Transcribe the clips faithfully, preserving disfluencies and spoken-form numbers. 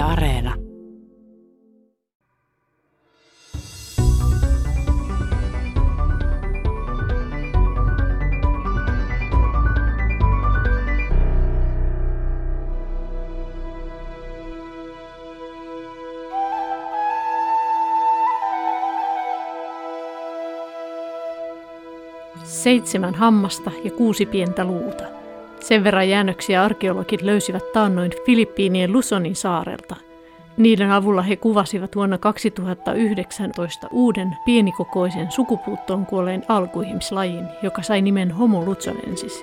Areena. Seitsemän hammasta ja kuusi pientä luuta. Sen verran jäännöksiä arkeologit löysivät taannoin Filippiinien Luzonin saarelta. Niiden avulla he kuvasivat vuonna kaksituhattayhdeksäntoista uuden pienikokoisen sukupuuttoon kuolleen alkuihmislajin, joka sai nimen Homo luzonensis.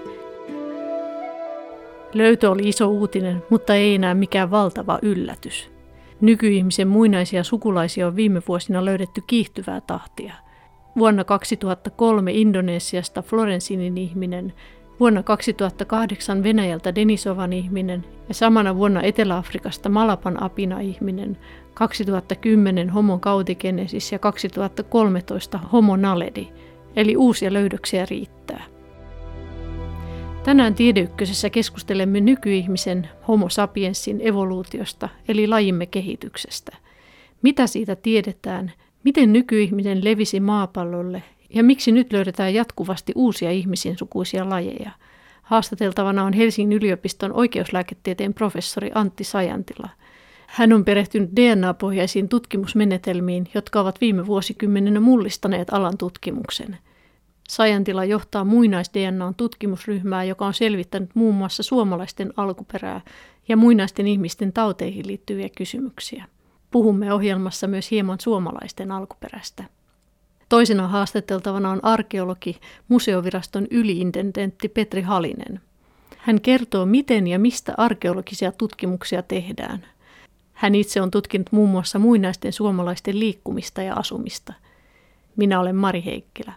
Löytö oli iso uutinen, mutta ei enää mikään valtava yllätys. Nykyihmisen muinaisia sukulaisia on viime vuosina löydetty kiihtyvää tahtia. Vuonna kaksituhattakolme Indonesiasta Florensinin ihminen, vuonna kaksituhattakahdeksan Venäjältä Denisovan ihminen ja samana vuonna Etelä-Afrikasta Malapan apina-ihminen, kaksituhattakymmenen Homo cautigenesis ja kaksituhattakolmetoista Homo naledi, eli uusia löydöksiä riittää. Tänään Tiedeykkösessä keskustelemme nykyihmisen Homo sapiensin evoluutiosta, eli lajimme kehityksestä. Mitä siitä tiedetään? Miten nykyihminen levisi maapallolle ja miksi nyt löydetään jatkuvasti uusia ihmisen sukuisia lajeja? Haastateltavana on Helsingin yliopiston oikeuslääketieteen professori Antti Sajantila. Hän on perehtynyt D N A-pohjaisiin tutkimusmenetelmiin, jotka ovat viime vuosikymmenenä mullistaneet alan tutkimuksen. Sajantila johtaa muinais-D N A:n tutkimusryhmää, joka on selvittänyt muun muassa suomalaisten alkuperää ja muinaisten ihmisten tauteihin liittyviä kysymyksiä. Puhumme ohjelmassa myös hieman suomalaisten alkuperästä. Toisena haastateltavana on arkeologi, museoviraston yliintendentti Petri Halinen. Hän kertoo, miten ja mistä arkeologisia tutkimuksia tehdään. Hän itse on tutkinut muun muassa muinaisten suomalaisten liikkumista ja asumista. Minä olen Mari Heikkilä.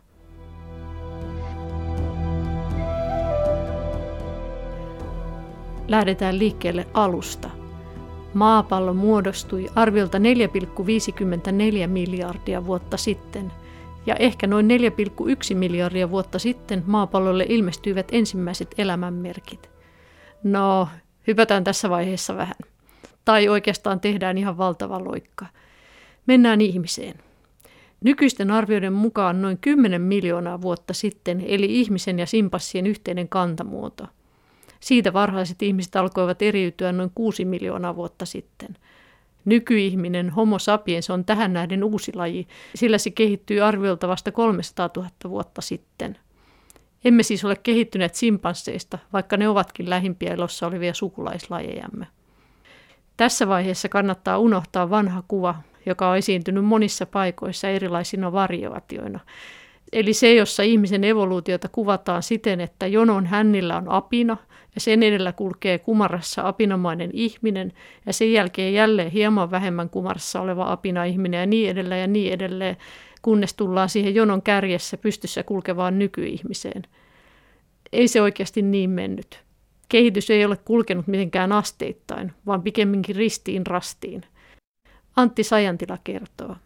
Lähdetään liikkeelle alusta. Maapallo muodostui arviolta neljä pilkku viisikymmentäneljä miljardia vuotta sitten, ja ehkä noin neljä pilkku yksi miljardia vuotta sitten maapallolle ilmestyivät ensimmäiset elämänmerkit. No, hypätään tässä vaiheessa vähän. Tai oikeastaan tehdään ihan valtava loikka. Mennään ihmiseen. Nykyisten arvioiden mukaan noin kymmenen miljoonaa vuotta sitten eli ihmisen ja simpanssien yhteinen kantamuoto. Siitä varhaiset ihmiset alkoivat eriytyä noin kuusi miljoonaa vuotta sitten. Nykyihminen Homo sapiens on tähän nähden uusi laji, sillä se kehittyi arviolta vasta kolmesataatuhatta vuotta sitten. Emme siis ole kehittyneet simpansseista, vaikka ne ovatkin lähimpiä elossa olevia sukulaislajejamme. Tässä vaiheessa kannattaa unohtaa vanha kuva, joka on esiintynyt monissa paikoissa erilaisina variaatioina. Eli se, jossa ihmisen evoluutiota kuvataan siten, että jonon hännillä on apina ja sen edellä kulkee kumarassa apinamainen ihminen ja sen jälkeen jälleen hieman vähemmän kumarassa oleva apina-ihminen ja niin edelleen ja niin edelleen, kunnes tullaan siihen jonon kärjessä pystyssä kulkevaan nykyihmiseen. Ei se oikeasti niin mennyt. Kehitys ei ole kulkenut mitenkään asteittain, vaan pikemminkin ristiin rastiin. Antti Sajantila kertoo.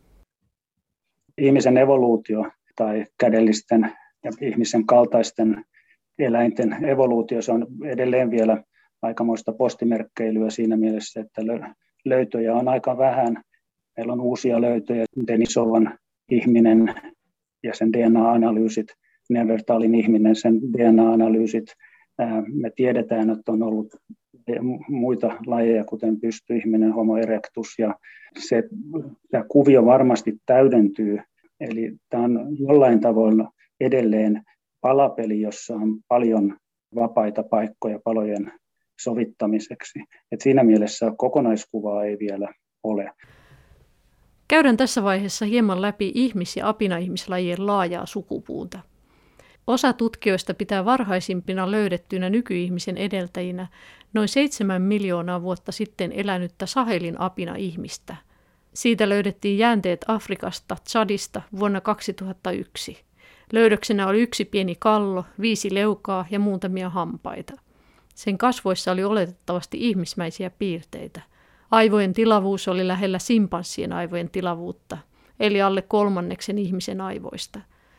Ihmisen evoluutio tai kädellisten ja ihmisen kaltaisten eläinten evoluutio, se on edelleen vielä aikamoista postimerkkeilyä siinä mielessä, että löytöjä on aika vähän. Meillä on uusia löytöjä, Denisovan ihminen ja sen D N A-analyysit, Neandertalin ihminen, sen D N A-analyysit. Me tiedetään, että on ollut muita lajeja, kuten pystyihminen, Homo erectus, ja se tämä kuvio varmasti täydentyy. Eli tämä on jollain tavalla edelleen palapeli, jossa on paljon vapaita paikkoja palojen sovittamiseksi. Et siinä mielessä kokonaiskuvaa ei vielä ole. Käydään tässä vaiheessa hieman läpi ihmis- ja apina-ihmislajien laajaa sukupuuta. Osa tutkijoista pitää varhaisimpina löydettyinä nykyihmisen edeltäjinä noin seitsemän miljoonaa vuotta sitten elänyttä Sahelin apina-ihmistä. Siitä löydettiin jäänteet Afrikasta, Tsadista vuonna kaksituhattayksi. Löydöksenä oli yksi pieni kallo, viisi leukaa ja muutamia hampaita. Sen kasvoissa oli oletettavasti ihmismäisiä piirteitä. Aivojen tilavuus oli lähellä simpanssien aivojen tilavuutta, eli alle kolmanneksen ihmisen aivoista.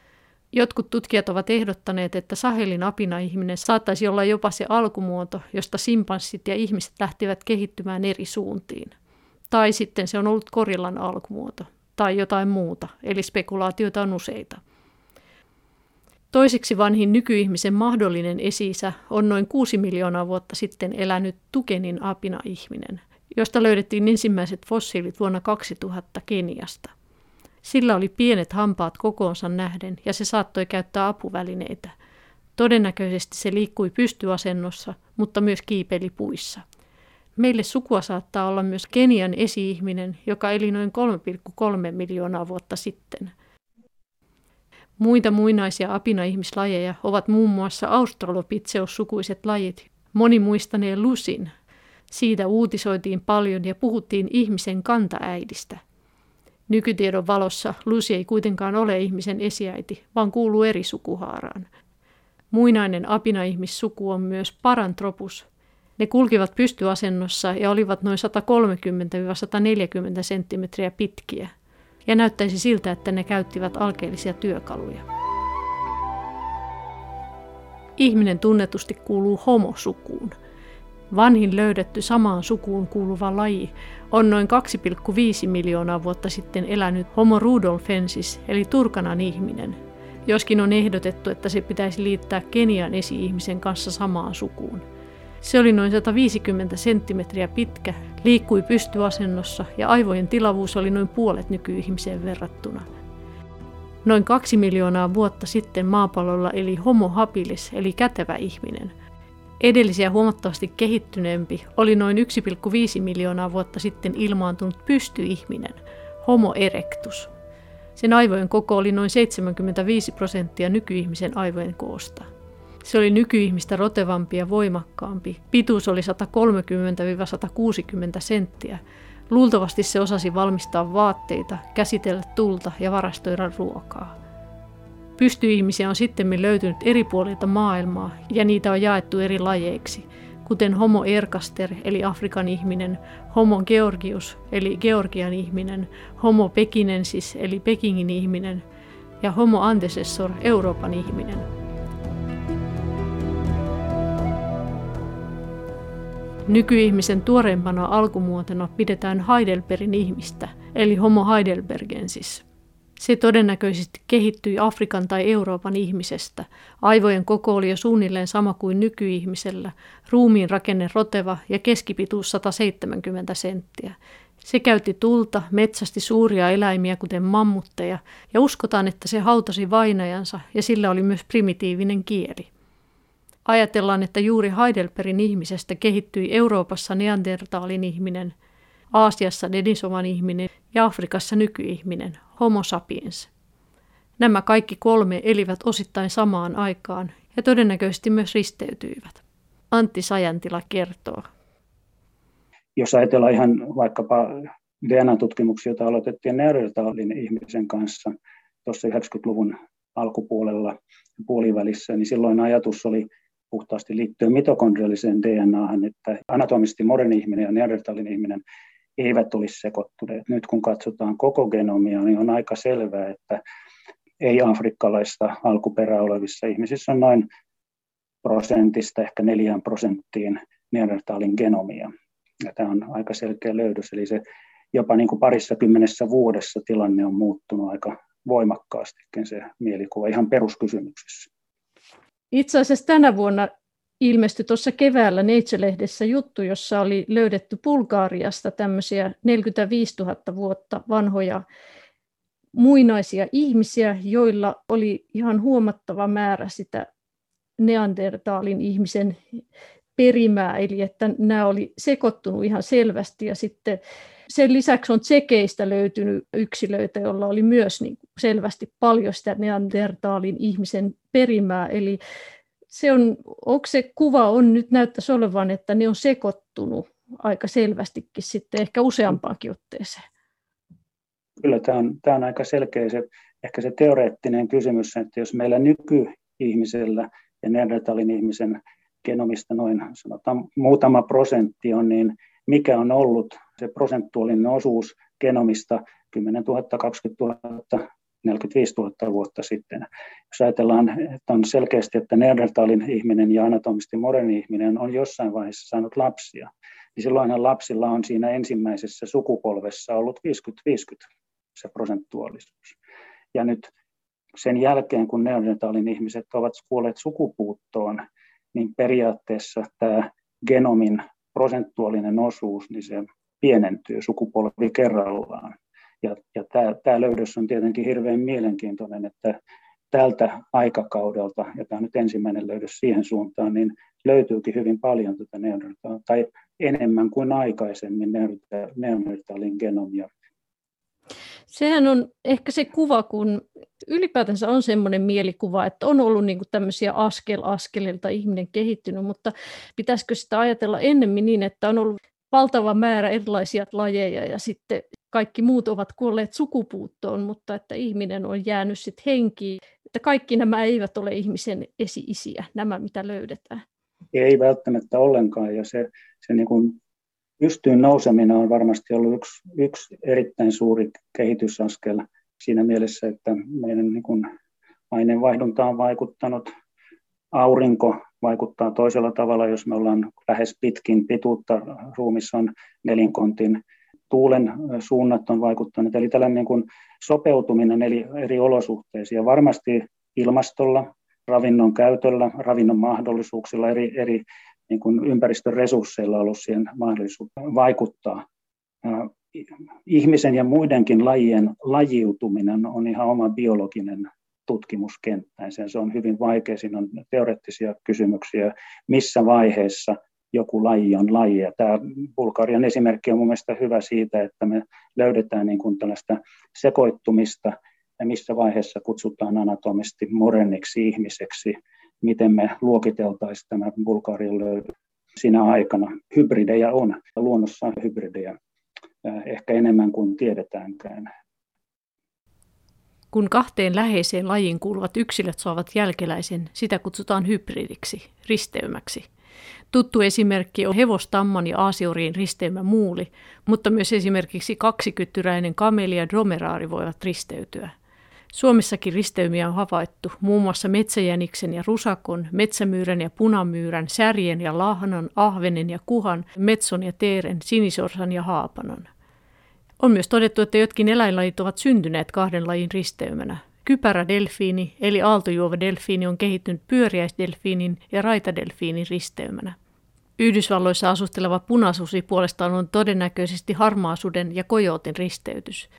Jotkut tutkijat ovat ehdottaneet, että Sahelin apina-ihminen saattaisi olla jopa se alkumuoto, josta simpanssit ja ihmiset lähtivät kehittymään eri suuntiin. Tai sitten se on ollut gorillan alkumuoto, tai jotain muuta, eli spekulaatioita on useita. Toiseksi vanhin nykyihmisen mahdollinen esi-isä on noin kuusi miljoonaa vuotta sitten elänyt Tukenin apina-ihminen, josta löydettiin ensimmäiset fossiilit vuonna kaksituhatta Keniasta. Sillä oli pienet hampaat kokoonsa nähden ja se saattoi käyttää apuvälineitä. Todennäköisesti se liikkui pystyasennossa, mutta myös kiipeili puissa. Meille sukua saattaa olla myös Kenian esi-ihminen, joka eli noin kolme pilkku kolme miljoonaa vuotta sitten. Muita muinaisia apina-ihmislajeja ovat muun muassa Australopithecus-sukuiset lajit, moni muistanee Lucyn. Siitä uutisoitiin paljon ja puhuttiin ihmisen kantaäidistä. Nykytiedon valossa Lucy ei kuitenkaan ole ihmisen esiäiti, vaan kuuluu eri sukuhaaraan. Muinainen apina-ihmissuku on myös Paranthropus. Ne kulkivat pystyasennossa ja olivat noin sata kolmekymmentä sata neljäkymmentä senttimetriä pitkiä. Ja näyttäisi siltä, että ne käyttivät alkeellisia työkaluja. Ihminen tunnetusti kuuluu homosukuun. Vanhin löydetty samaan sukuun kuuluva laji on noin kaksi pilkku viisi miljoonaa vuotta sitten elänyt Homo rudolfensis eli Turkanan ihminen, joskin on ehdotettu, että se pitäisi liittää Kenian esi-ihmisen kanssa samaan sukuun. Se oli noin sata viisikymmentä senttimetriä pitkä, liikkui pystyasennossa ja aivojen tilavuus oli noin puolet nykyihmiseen verrattuna. Noin kaksi miljoonaa vuotta sitten maapallolla eli Homo habilis eli kätevä ihminen. Edellisiä huomattavasti kehittyneempi oli noin yksi pilkku viisi miljoonaa vuotta sitten ilmaantunut pystyihminen, Homo erectus. Sen aivojen koko oli noin seitsemänkymmentäviisi prosenttia nykyihmisen aivojen koosta. Se oli nykyihmistä rotevampi ja voimakkaampi. Pituus oli sata kolmekymmentä sata kuusikymmentä senttiä. Luultavasti se osasi valmistaa vaatteita, käsitellä tulta ja varastoida ruokaa. Pystyihmisiä on sittemmin löytynyt eri puolilta maailmaa ja niitä on jaettu eri lajeiksi, kuten Homo ergaster eli Afrikan ihminen, Homo georgius eli Georgian ihminen, Homo pekinensis eli Pekingin ihminen ja Homo antecessor Euroopan ihminen. Nykyihmisen tuoreimpana alkumuotona pidetään Heidelbergin ihmistä, eli Homo heidelbergensis. Se todennäköisesti kehittyi Afrikan tai Euroopan ihmisestä. Aivojen koko oli jo suunnilleen sama kuin nykyihmisellä, ruumiin rakenne roteva ja keskipituus sata seitsemänkymmentä senttiä. Se käytti tulta, metsästi suuria eläimiä kuten mammutteja ja uskotaan, että se hautasi vainajansa ja sillä oli myös primitiivinen kieli. Ajatellaan, että juuri Heidelbergin ihmisestä kehittyi Euroopassa Neandertalin ihminen, Aasiassa Denisovan ihminen ja Afrikassa nykyihminen, Homo sapiens. Nämä kaikki kolme elivät osittain samaan aikaan ja todennäköisesti myös risteytyivät. Antti Sajantila kertoo. Jos ajatellaan ihan vaikkapa D N A-tutkimuksia, joita aloitettiin Neandertalin ihmisen kanssa tuossa yhdeksänkymmentäluvun alkupuolella ja puolivälissä, niin silloin ajatus oli puhtaasti liittyen mitokondrialliseen D N A:han, että anatomisesti moderni ihminen ja Neandertalin ihminen eivät olisi sekoittuneet. Nyt kun katsotaan koko genomia, niin on aika selvää, että ei-afrikkalaista alkuperää olevissa ihmisissä on noin prosentista, ehkä neljään prosenttiin Neandertalin genomia. Ja tämä on aika selkeä löydös, eli se jopa niin kuin parissa kymmenessä vuodessa tilanne on muuttunut aika voimakkaastikin se mielikuva ihan peruskysymyksissä. Itse asiassa tänä vuonna ilmestyi tuossa keväällä Nature-lehdessä juttu, jossa oli löydetty Bulgariasta tämmöisiä neljäkymmentäviisituhatta vuotta vanhoja muinaisia ihmisiä, joilla oli ihan huomattava määrä sitä Neandertalin ihmisen perimää, eli että nämä oli sekoittunut ihan selvästi ja sitten sen lisäksi on tsekeistä löytynyt yksilöitä, joilla oli myös niin selvästi paljon sitä Neandertalin ihmisen perimää. Eli se on, onko se kuva on nyt näyttäisi olevan, että ne on sekoittunut aika selvästikin sitten ehkä useampaankin otteeseen. Kyllä tämä on, tämä on aika selkeä se, ehkä se teoreettinen kysymys, että jos meillä nykyihmisellä ja Neandertalin ihmisen genomista noin sanotaan muutama prosentti on, niin mikä on ollut se prosentuaalinen osuus genomista kymmenentuhatta kaksikymmentätuhatta neljäkymmentäviisituhatta vuotta sitten. Jos ajatellaan, että on selkeästi, että Neandertalin ihminen ja anatomisesti moderni ihminen on jossain vaiheessa saanut lapsia, niin silloinhan lapsilla on siinä ensimmäisessä sukupolvessa ollut viisikymmentä viisikymmentä se prosentuaalisuus. Ja nyt sen jälkeen, kun Neandertalin ihmiset ovat kuolleet sukupuuttoon, niin periaatteessa tämä genomin prosentuaalinen osuus, niin se pienentyy sukupolvi kerrallaan. Ja, ja tämä, tämä löydös on tietenkin hirveän mielenkiintoinen, että tältä aikakaudelta, ja tämä on nyt ensimmäinen löydös siihen suuntaan, niin löytyykin hyvin paljon tätä Neandertal, tai enemmän kuin aikaisemmin Neandertalin genomia. Sehän on ehkä se kuva, kun ylipäätänsä on semmoinen mielikuva, että on ollut niin kuin tämmöisiä askel askeleilta ihminen kehittynyt, mutta pitäisikö sitä ajatella ennemmin niin, että on ollut valtava määrä erilaisia lajeja ja sitten kaikki muut ovat kuolleet sukupuuttoon, mutta että ihminen on jäänyt sitten henkiin, että kaikki nämä eivät ole ihmisen esi-isiä, nämä mitä löydetään. Ei välttämättä ollenkaan, ja se, se niin kuin pystyyn nouseminen on varmasti ollut yksi, yksi erittäin suuri kehitysaskel siinä mielessä, että meidän niin kuin aineenvaihdunta on vaikuttanut, aurinko vaikuttaa toisella tavalla, jos me ollaan lähes pitkin pituutta, ruumissa on nelinkontin, tuulen suunnat on vaikuttaneet, eli tällainen niin kuin sopeutuminen eri, eri olosuhteisiin, ja varmasti ilmastolla, ravinnon käytöllä, ravinnon mahdollisuuksilla, eri, eri niin kuin ympäristön resursseilla on ollut siihen mahdollisuus vaikuttaa. Ihmisen ja muidenkin lajien lajiutuminen on ihan oma biologinen tutkimuskenttänsä. Se on hyvin vaikea, siinä on teoreettisia kysymyksiä, missä vaiheessa joku laji on laji. Ja tämä Bulgarian esimerkki on mun mielestä hyvä siitä, että me löydetään niin kuin tällaista sekoittumista ja missä vaiheessa kutsutaan anatomisesti moderniksi ihmiseksi, miten me luokiteltaisiin tämä Bulgarian löydö siinä aikana. Hybridejä on, luonnossa on hybridejä, ehkä enemmän kuin tiedetäänkään. Kun kahteen läheiseen lajiin kuuluvat yksilöt saavat jälkeläisen, sitä kutsutaan hybridiksi, risteymäksi. Tuttu esimerkki on hevostamman ja aasioriin risteymä muuli, mutta myös esimerkiksi kaksikyttyräinen kameli ja dromeraari voivat risteytyä. Suomessakin risteymiä on havaittu muun muassa metsäjäniksen ja rusakon, metsämyyrän ja punamyyrän, särjen ja lahnan, ahvenen ja kuhan, metson ja teeren, sinisorsan ja haapanon. On myös todettu, että jotkin eläinlajit ovat syntyneet kahden lajin risteymänä. Kypärädelfiini eli aaltojuova delfiini on kehittynyt pyöriäisdelfiinin ja raitadelfiinin risteymänä. Yhdysvalloissa asusteleva punasusi puolestaan on todennäköisesti harmaasuden ja kojootin risteytys.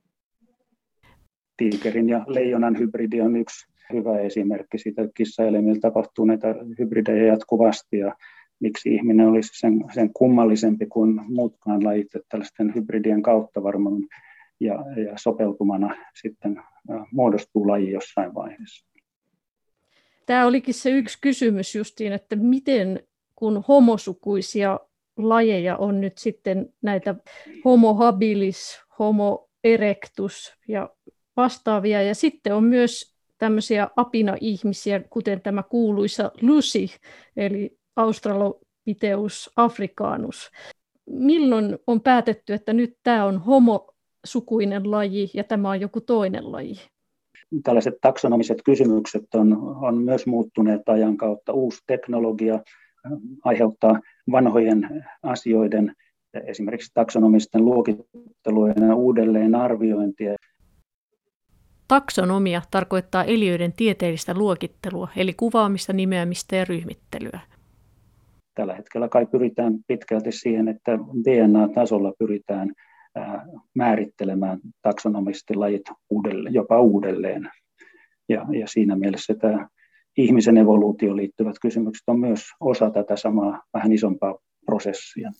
Tiikerin ja leijonan hybridi on yksi hyvä esimerkki siitä, että kissaeläimillä tapahtuu näitä hybridejä jatkuvasti ja miksi ihminen olisi sen, sen kummallisempi kuin muutkaan lajit, että tällaisten hybridien kautta varmaan ja, ja sopeutumana sitten muodostuu laji jossain vaiheessa. Tämä olikin se yksi kysymys justiin, että miten kun homosukuisia lajeja on nyt sitten näitä homo habilis, homo erectus ja vastaavia, ja sitten on myös tämmöisiä apina-ihmisiä, kuten tämä kuuluisa Lucy, eli Australopithecus africanus. Milloin on päätetty, että nyt tämä on homosukuinen laji ja tämä on joku toinen laji? Tällaiset taksonomiset kysymykset on, on myös muuttuneet ajan kautta. Uusi teknologia aiheuttaa vanhojen asioiden, esimerkiksi taksonomisten luokittelujen uudelleen arviointia. Taksonomia tarkoittaa eliöiden tieteellistä luokittelua, eli kuvaamista, nimeämistä ja ryhmittelyä. Tällä hetkellä kai pyritään pitkälti siihen, että D N A-tasolla pyritään määrittelemään taksonomisesti lajit uudelleen, jopa uudelleen. Ja, ja siinä mielessä tämä ihmisen evoluutioon liittyvät kysymykset on myös osa tätä samaa vähän isompaa prosessia.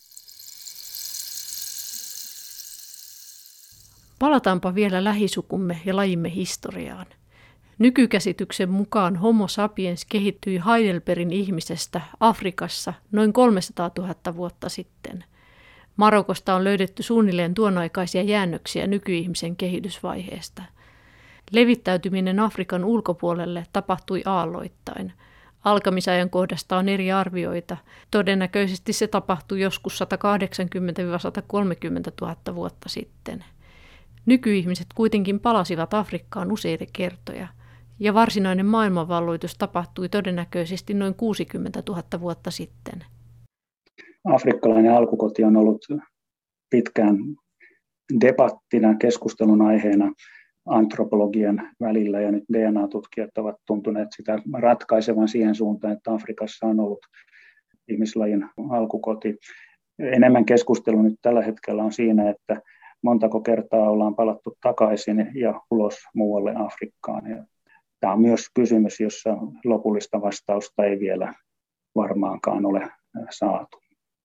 Palataanpa vielä lähisukumme ja lajimme historiaan. Nykykäsityksen mukaan Homo sapiens kehittyi Heidelbergin ihmisestä Afrikassa noin kolmesataatuhatta vuotta sitten. Marokosta on löydetty suunnilleen tuonaikaisia jäännöksiä nykyihmisen kehitysvaiheesta. Levittäytyminen Afrikan ulkopuolelle tapahtui aalloittain. Alkamisajankohdasta on eri arvioita. Todennäköisesti se tapahtui joskus sata kahdeksankymmentä - sata kolmekymmentä tuhatta vuotta sitten. Nykyihmiset kuitenkin palasivat Afrikkaan useita kertoja, ja varsinainen maailmanvalloitus tapahtui todennäköisesti noin kuusikymmentätuhatta vuotta sitten. Afrikkalainen alkukoti on ollut pitkään debattina, keskustelun aiheena antropologian välillä, ja nyt D N A-tutkijat ovat tuntuneet sitä ratkaisevan siihen suuntaan, että Afrikassa on ollut ihmislajin alkukoti. Enemmän keskustelu nyt tällä hetkellä on siinä, että montako kertaa ollaan palattu takaisin ja ulos muualle Afrikkaan. Ja tämä on myös kysymys, jossa lopullista vastausta ei vielä varmaankaan ole saatu.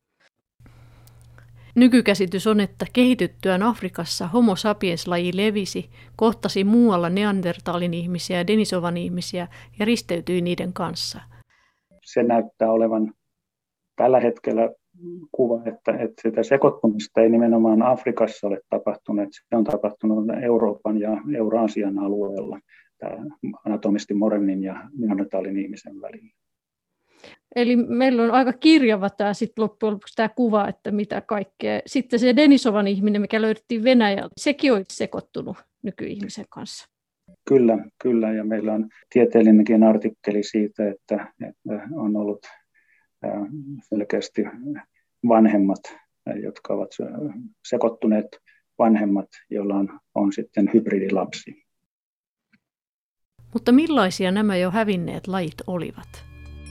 Nykykäsitys on, että kehityttyään Afrikassa Homo sapiens-laji levisi, kohtasi muualla neandertaalin ihmisiä ja Denisovan ihmisiä ja risteytyi niiden kanssa. Se näyttää olevan tällä hetkellä kuva, että, että sitä sekoittumista ei nimenomaan Afrikassa ole tapahtunut. Se on tapahtunut Euroopan ja Euraasian alueella, tämä anatomisti modernin ja neandertaalin ihmisen välillä. Eli meillä on aika kirjava tämä sit loppujen lopuksi tämä kuva, että mitä kaikkea. Sitten se Denisovan ihminen, mikä löydettiin Venäjältä, sekin on sekoittunut nykyihmisen kanssa. Kyllä, kyllä. Ja meillä on tieteellinenkin artikkeli siitä, että, että on ollut selkeästi vanhemmat, jotka ovat sekoittuneet vanhemmat, joilla on, on sitten hybridilapsi. Mutta millaisia nämä jo hävinneet lajit olivat?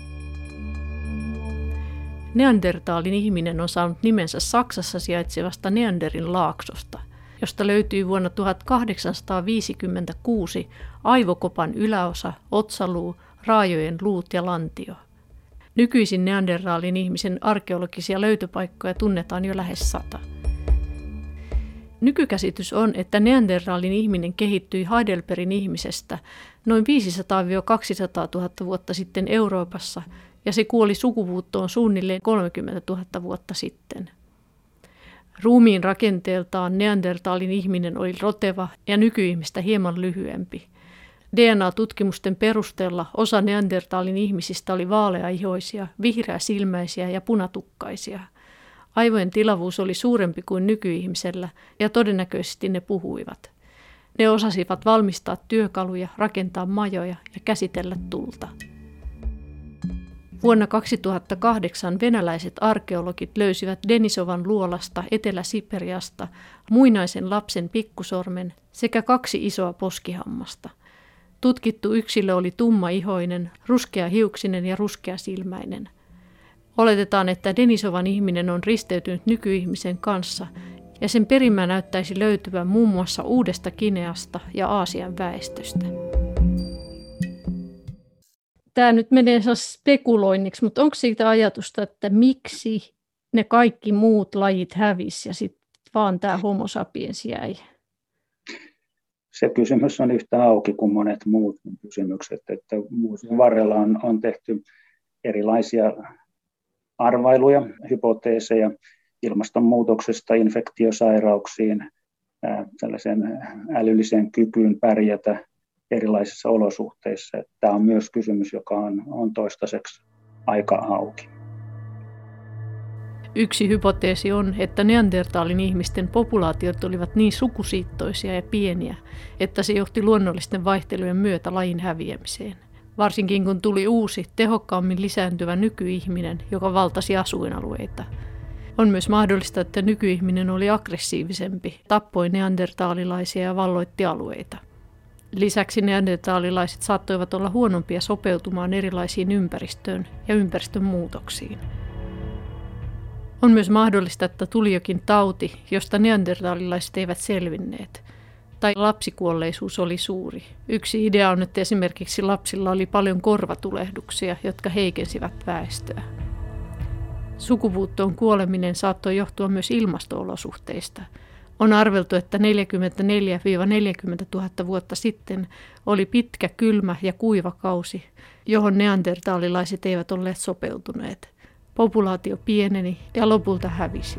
Neandertaalin ihminen on saanut nimensä Saksassa sijaitsevasta Neanderin laaksosta, josta löytyy vuonna tuhatkahdeksansataaviisikymmentäkuusi aivokopan yläosa, otsaluu, raajojen luut ja lantio. Nykyisin neandertaalin ihmisen arkeologisia löytöpaikkoja tunnetaan jo lähes sata. Nykykäsitys on, että neandertaalin ihminen kehittyi Heidelbergin ihmisestä noin viisisataa–kaksisataatuhatta vuotta sitten Euroopassa, ja se kuoli sukupuuttoon suunnilleen kolmekymmentätuhatta vuotta sitten. Ruumiin rakenteeltaan neandertaalin ihminen oli roteva ja nykyihmistä hieman lyhyempi. D N A-tutkimusten perusteella osa neandertaalin ihmisistä oli vaaleaihoisia, vihreäsilmäisiä ja punatukkaisia. Aivojen tilavuus oli suurempi kuin nykyihmisellä ja todennäköisesti ne puhuivat. Ne osasivat valmistaa työkaluja, rakentaa majoja ja käsitellä tulta. Vuonna kaksituhattakahdeksan venäläiset arkeologit löysivät Denisovan luolasta Etelä-Siperiasta muinaisen lapsen pikkusormen sekä kaksi isoa poskihammasta. Tutkittu yksilö oli tummaihoinen, ruskeahiuksinen ja ruskeasilmäinen. Oletetaan, että Denisovan ihminen on risteytynyt nykyihmisen kanssa ja sen perimä näyttäisi löytyvän muun muassa Uudesta Gineasta ja Aasian väestöstä. Tämä nyt menee spekuloinniksi, mutta onko siitä ajatusta, että miksi ne kaikki muut lajit hävisi ja sitten vaan tämä Homo sapiens jäi? Se kysymys on yhtä auki kuin monet muut kysymykset, että vuosien varrella on, on tehty erilaisia arvailuja, hypoteeseja ilmastonmuutoksesta infektiosairauksiin, ää, tällaisen älylliseen kykyyn pärjätä erilaisissa olosuhteissa. Tämä on myös kysymys, joka on, on toistaiseksi aika auki. Yksi hypoteesi on, että neandertaalin ihmisten populaatiot olivat niin sukusiittoisia ja pieniä, että se johti luonnollisten vaihtelujen myötä lajin häviämiseen. Varsinkin kun tuli uusi, tehokkaammin lisääntyvä nykyihminen, joka valtasi asuinalueita. On myös mahdollista, että nykyihminen oli aggressiivisempi, tappoi neandertaalilaisia ja valloitti alueita. Lisäksi neandertaalilaiset saattoivat olla huonompia sopeutumaan erilaisiin ympäristöön ja ympäristön muutoksiin. On myös mahdollista, että tuli jokin tauti, josta neandertaalilaiset eivät selvinneet. Tai lapsikuolleisuus oli suuri. Yksi idea on, että esimerkiksi lapsilla oli paljon korvatulehduksia, jotka heikensivät väestöä. Sukupuuttoon kuoleminen saattoi johtua myös ilmasto-olosuhteista. On arveltu, että neljäkymmentäneljä–neljäkymmentätuhatta vuotta sitten oli pitkä, kylmä ja kuiva kausi, johon neandertaalilaiset eivät olleet sopeutuneet. Populaatio pieneni ja lopulta hävisi.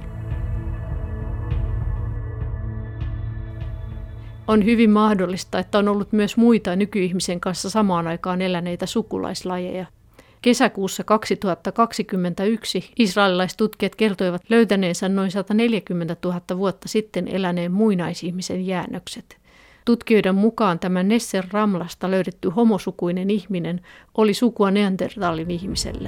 On hyvin mahdollista, että on ollut myös muita nykyihmisen kanssa samaan aikaan eläneitä sukulaislajeja. Kesäkuussa kaksituhattakaksikymmentäyksi israelilaistutkijat kertoivat löytäneensä noin sataneljäkymmentätuhatta vuotta sitten eläneen muinaisihmisen jäännökset. Tutkijoiden mukaan tämä Nesser Ramlasta löydetty homosukuinen ihminen oli sukua Neandertalin ihmiselle.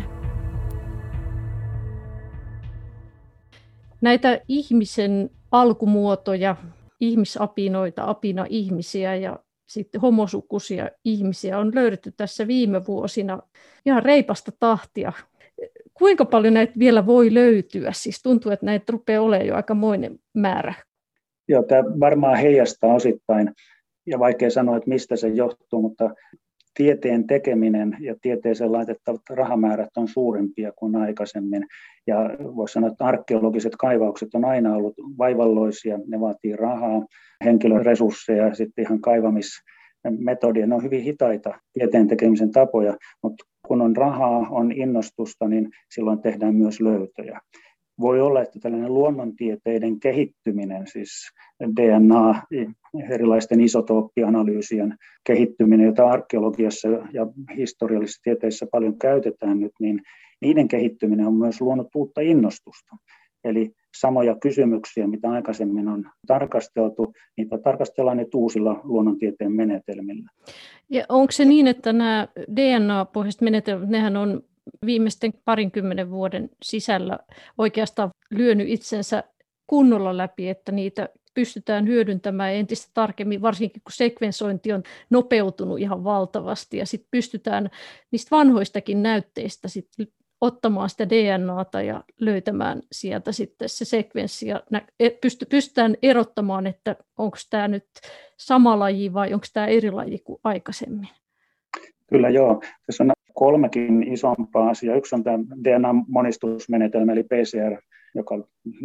Näitä ihmisen alkumuotoja, ihmisapinoita, apina-ihmisiä ja sitten homosukuisia ihmisiä on löydetty tässä viime vuosina ihan reipasta tahtia. Kuinka paljon näitä vielä voi löytyä? Siis tuntuu, että näitä rupeaa olemaan jo aikamoinen määrä. Joo, tämä varmaan heijastaa osittain, ja vaikea sanoa, että mistä se johtuu, mutta tieteen tekeminen ja tieteeseen laitettavat rahamäärät on suurempia kuin aikaisemmin. Ja voisi sanoa, että arkeologiset kaivaukset on aina ollut vaivalloisia, ne vaatii rahaa, henkilöresursseja ja sitten ihan kaivamismetodia. Ne on hyvin hitaita tieteen tekemisen tapoja, mutta kun on rahaa, on innostusta, niin silloin tehdään myös löytöjä. Voi olla, että tällainen luonnontieteiden kehittyminen, siis D N A, erilaisten isotooppianalyysien kehittyminen, jota arkeologiassa ja historiallisissa tieteissä paljon käytetään nyt, niin niiden kehittyminen on myös luonut uutta innostusta. Eli samoja kysymyksiä, mitä aikaisemmin on tarkasteltu, niitä tarkastellaan nyt uusilla luonnontieteen menetelmillä. Ja onko se niin, että nämä D N A-pohjaiset menetelmät, nehän on viimeisten parinkymmenen vuoden sisällä oikeastaan lyönyt itsensä kunnolla läpi, että niitä pystytään hyödyntämään entistä tarkemmin, varsinkin kun sekvensointi on nopeutunut ihan valtavasti ja sitten pystytään niistä vanhoistakin näytteistä sit ottamaan sitä D N A:ta ja löytämään sieltä sitten se sekvenssi ja pystytään erottamaan, että onko tämä nyt sama laji vai onko tämä eri laji kuin aikaisemmin. Kyllä joo. Tässä on kolmekin isompaa asiaa. Yksi on tämä D N A-monistusmenetelmä, eli P C R, joka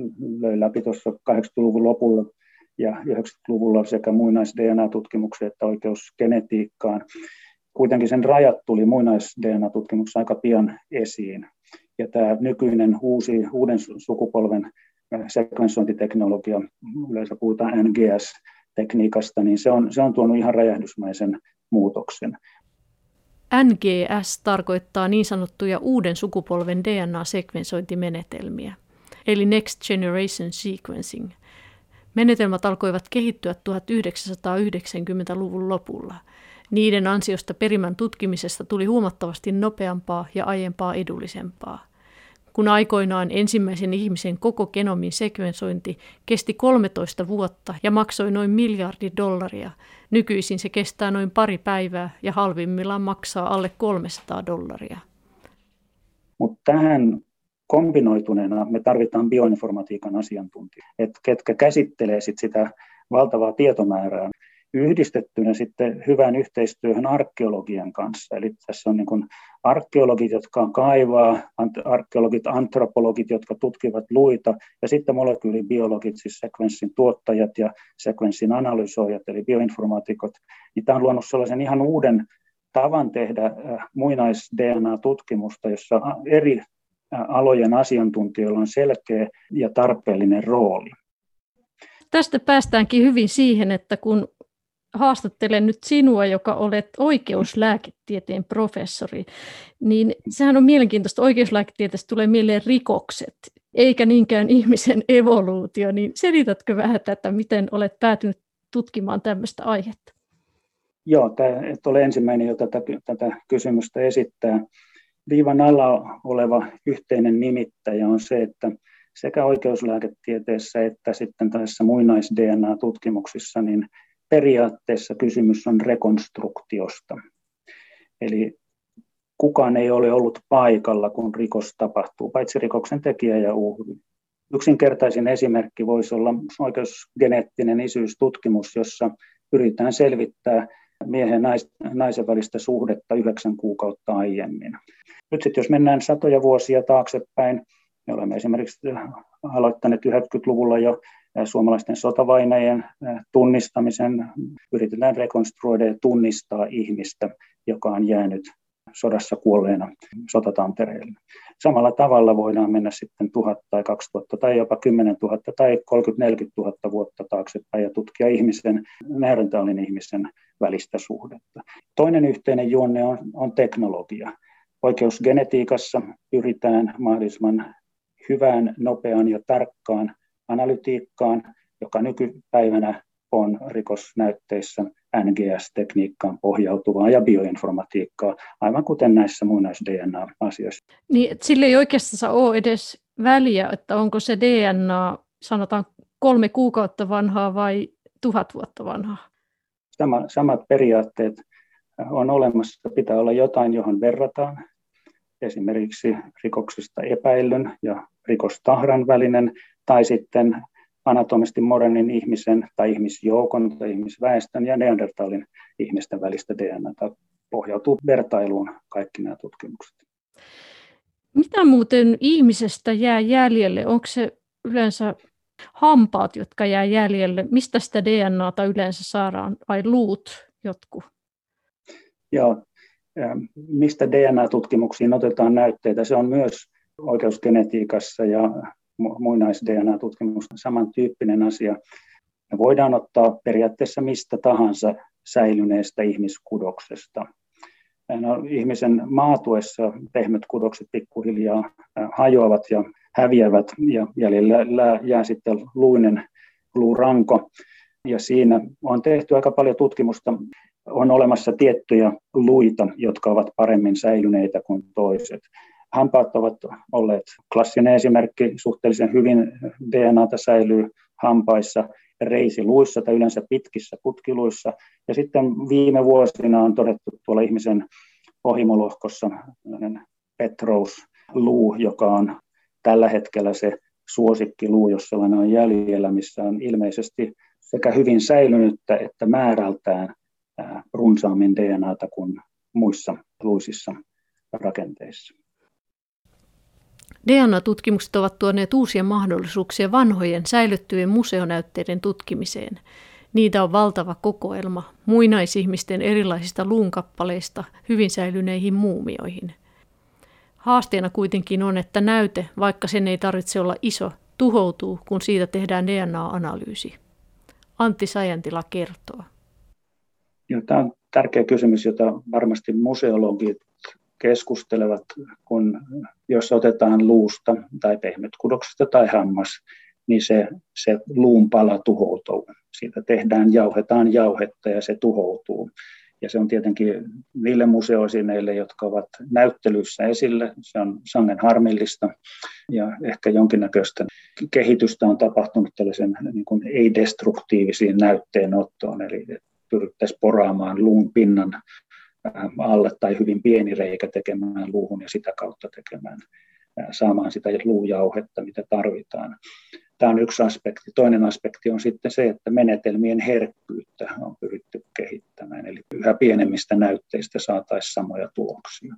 löi läpi tuossa kahdeksankymmentäluvun lopulla ja yhdeksänkymmentäluvulla sekä muinais-D N A-tutkimuksen että oikeusgenetiikkaan. Kuitenkin sen rajat tuli muinais-D N A-tutkimuksessa aika pian esiin. Ja tämä nykyinen uusi, uuden sukupolven sekvensointiteknologia, yleensä puhutaan N G S-tekniikasta, niin se on, se on tuonut ihan räjähdysmäisen muutoksen. N G S tarkoittaa niin sanottuja uuden sukupolven D N A-sekvensointimenetelmiä, eli Next Generation Sequencing. Menetelmät alkoivat kehittyä tuhatyhdeksänsataayhdeksänkymmentäluvun lopulla. Niiden ansiosta perimän tutkimisesta tuli huomattavasti nopeampaa ja aiempaa edullisempaa. Kun aikoinaan ensimmäisen ihmisen koko genomin sekvensointi kesti kolmetoista vuotta ja maksoi noin miljardi dollaria, nykyisin se kestää noin pari päivää ja halvimmillaan maksaa alle kolmesataa dollaria. Mutta tähän kombinoituneena me tarvitaan bioinformatiikan asiantuntijat, että ketkä käsittelee sit sitä valtavaa tietomäärää yhdistettynä sitten hyvään yhteistyöhön arkeologian kanssa. Eli tässä on niin kuin arkeologit, jotka kaivaa, arkeologit, antropologit, jotka tutkivat luita, ja sitten molekyylibiologit, siis sekvenssin tuottajat ja sekvenssin analysoijat, eli bioinformaatikot. Niin tämä on luonut sellaisen ihan uuden tavan tehdä muinais-D N A-tutkimusta, jossa eri alojen asiantuntijoilla on selkeä ja tarpeellinen rooli. Tästä päästäänkin hyvin siihen, että kun haastattelen nyt sinua, joka olet oikeuslääketieteen professori, niin sehän on mielenkiintoista. Oikeuslääketieteestä tulee mieleen rikokset, eikä niinkään ihmisen evoluutio. Niin selitätkö vähän tätä, miten olet päätynyt tutkimaan tämmöistä aihetta? Joo, tämä, et ole ensimmäinen, jota tätä, tätä kysymystä esittää. Viivan alla oleva yhteinen nimittäjä on se, että sekä oikeuslääketieteessä että sitten tässä muinais-D N A-tutkimuksissa niin periaatteessa kysymys on rekonstruktiosta. Eli kukaan ei ole ollut paikalla, kun rikos tapahtuu, paitsi rikoksen tekijä ja uhri. Yksinkertaisin esimerkki voisi olla oikeusgeneettinen isyystutkimus, jossa pyritään selvittämään miehen ja naisen välistä suhdetta yhdeksän kuukautta aiemmin. Nyt sitten jos mennään satoja vuosia taaksepäin, me olemme esimerkiksi aloittaneet yhdeksänkymmentäluvulla jo suomalaisten sotavainajien tunnistamisen. Yritetään rekonstruoida ja tunnistaa ihmistä, joka on jäänyt sodassa kuolleena sotatantereelle. Samalla tavalla voidaan mennä sitten tuhat tai kaksituhatta tai jopa kymmenen tuhatta tai kolmekymmentä neljäkymmentä tuhatta vuotta taaksepäin ja tutkia ihmisen, Neandertalin ihmisen välistä suhdetta. Toinen yhteinen juonne on, on teknologia. Oikeusgenetiikassa pyritään mahdollisimman hyvään, nopeaan ja tarkkaan analytiikkaan, joka nykypäivänä on rikosnäytteissä N G S-tekniikkaan pohjautuvaa ja bioinformatiikkaa, aivan kuten näissä muinais-D N A-asioissa. Niin, sillä ei oikeastaan ole edes väliä, että onko se D N A, sanotaan kolme kuukautta vanhaa vai tuhat vuotta vanhaa? Sama, samat periaatteet on olemassa. Pitää olla jotain, johon verrataan. Esimerkiksi rikoksista epäillyn ja rikostahran välinen, tai sitten anatomisesti modernin ihmisen tai ihmisjoukon tai ihmisväestön ja neandertalin ihmisten välistä D N A:ta pohjautuu vertailuun kaikki nämä tutkimukset. Mitä muuten ihmisestä jää jäljelle? Onko se yleensä hampaat, jotka jää jäljelle? Mistä sitä D N A:ta yleensä saadaan, vai luut jotkut? Joo, mistä D N A-tutkimuksiin otetaan näytteitä? Se on myös oikeusgenetiikassa ja muinais-D N A-tutkimus samantyyppinen asia. Me voidaan ottaa periaatteessa mistä tahansa säilyneestä ihmiskudoksesta. No, ihmisen maatuessa pehmyt kudokset pikkuhiljaa hajoavat ja häviävät ja jäljellä jää sitten luinen luuranko. Ja siinä on tehty aika paljon tutkimusta. On olemassa tiettyjä luita, jotka ovat paremmin säilyneitä kuin toiset. Hampaat ovat olleet klassinen esimerkki. Suhteellisen hyvin D N A:ta säilyy hampaissa, reisiluissa tai yleensä pitkissä putkiluissa. Ja sitten viime vuosina on todettu tuolla ihmisen ohimolohkossa Petrous-luu, joka on tällä hetkellä se suosikkiluu, jos sellainen on jäljellä, missä on ilmeisesti sekä hyvin säilynyttä että määrältään runsaammin D N A:ta kuin muissa luisissa rakenteissa. D N A-tutkimukset ovat tuoneet uusia mahdollisuuksia vanhojen säilyttyjen museonäytteiden tutkimiseen. Niitä on valtava kokoelma muinaisihmisten erilaisista luunkappaleista hyvin säilyneihin muumioihin. Haasteena kuitenkin on, että näyte, vaikka sen ei tarvitse olla iso, tuhoutuu, kun siitä tehdään D N A-analyysi. Antti Sajantila kertoo. Ja tämä on tärkeä kysymys, jota varmasti museologit keskustelevat, kun jos otetaan luusta tai pehmytkudoksesta tai hammas, niin se, se luun pala tuhoutuu. Siitä tehdään, jauhetaan jauhetta ja se tuhoutuu. Ja se on tietenkin niille museoesineille, jotka ovat näyttelyssä esille, se on sangen harmillista. Ja ehkä jonkinnäköistä kehitystä on tapahtunut tällaisen niin kuin ei-destruktiivisiin näytteenottoon, eli pyrittäisiin poraamaan luun pinnan alle tai hyvin pieni reikä tekemään luuhun ja sitä kautta tekemään, saamaan sitä luujauhetta, mitä tarvitaan. Tämä on yksi aspekti. Toinen aspekti on sitten se, että menetelmien herkkyyttä on pyritty kehittämään, eli yhä pienemmistä näytteistä saataisiin samoja tuloksia.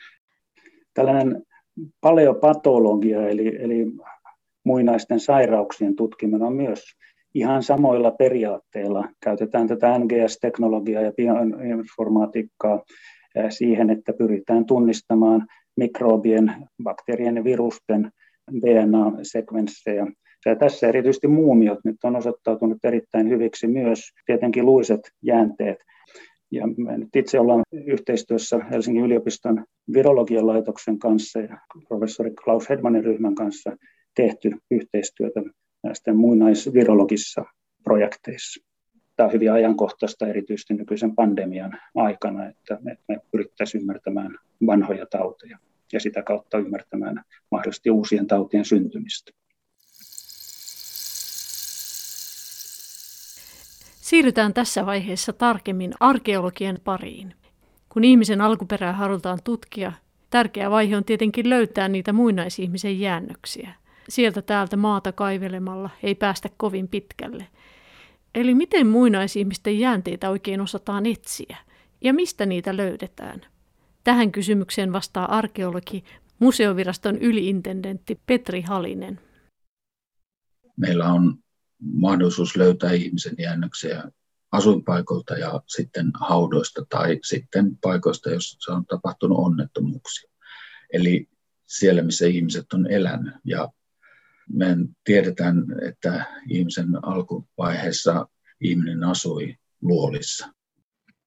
Tällainen paleopatologia, eli, eli muinaisten sairauksien tutkiminen on myös ihan samoilla periaatteilla. Käytetään tätä N G S-teknologiaa ja bioinformaatiikkaa siihen, että pyritään tunnistamaan mikrobien, bakteerien ja virusten D N A-sekvenssejä. Ja tässä erityisesti muumiot nyt on osoittautunut erittäin hyviksi, myös tietenkin luiset jäänteet. Ja me nyt itse ollaan yhteistyössä Helsingin yliopiston virologian laitoksen kanssa ja professori Klaus Hedmanin ryhmän kanssa tehty yhteistyötä näistä muinaisvirologisissa projekteissa. Tämä on hyvin ajankohtaista erityisesti nykyisen pandemian aikana, että me pyrittäisiin ymmärtämään vanhoja tauteja ja sitä kautta ymmärtämään mahdollisesti uusien tautien syntymistä. Siirrytään tässä vaiheessa tarkemmin arkeologian pariin. Kun ihmisen alkuperää halutaan tutkia, tärkeä vaihe on tietenkin löytää niitä muinaisihmisen jäännöksiä. Sieltä täältä maata kaivelemalla ei päästä kovin pitkälle. Eli miten muinaisihmisten jäänteitä oikein osataan etsiä? Ja mistä niitä löydetään? Tähän kysymykseen vastaa arkeologi, museoviraston yliintendentti Petri Halinen. Meillä on mahdollisuus löytää ihmisen jäännöksiä asuinpaikoilta ja sitten haudoista tai sitten paikoista, joissa on tapahtunut onnettomuuksia. Eli siellä, missä ihmiset on elänyt. Ja me tiedetään, että ihmisen alkuvaiheessa ihminen asui luolissa.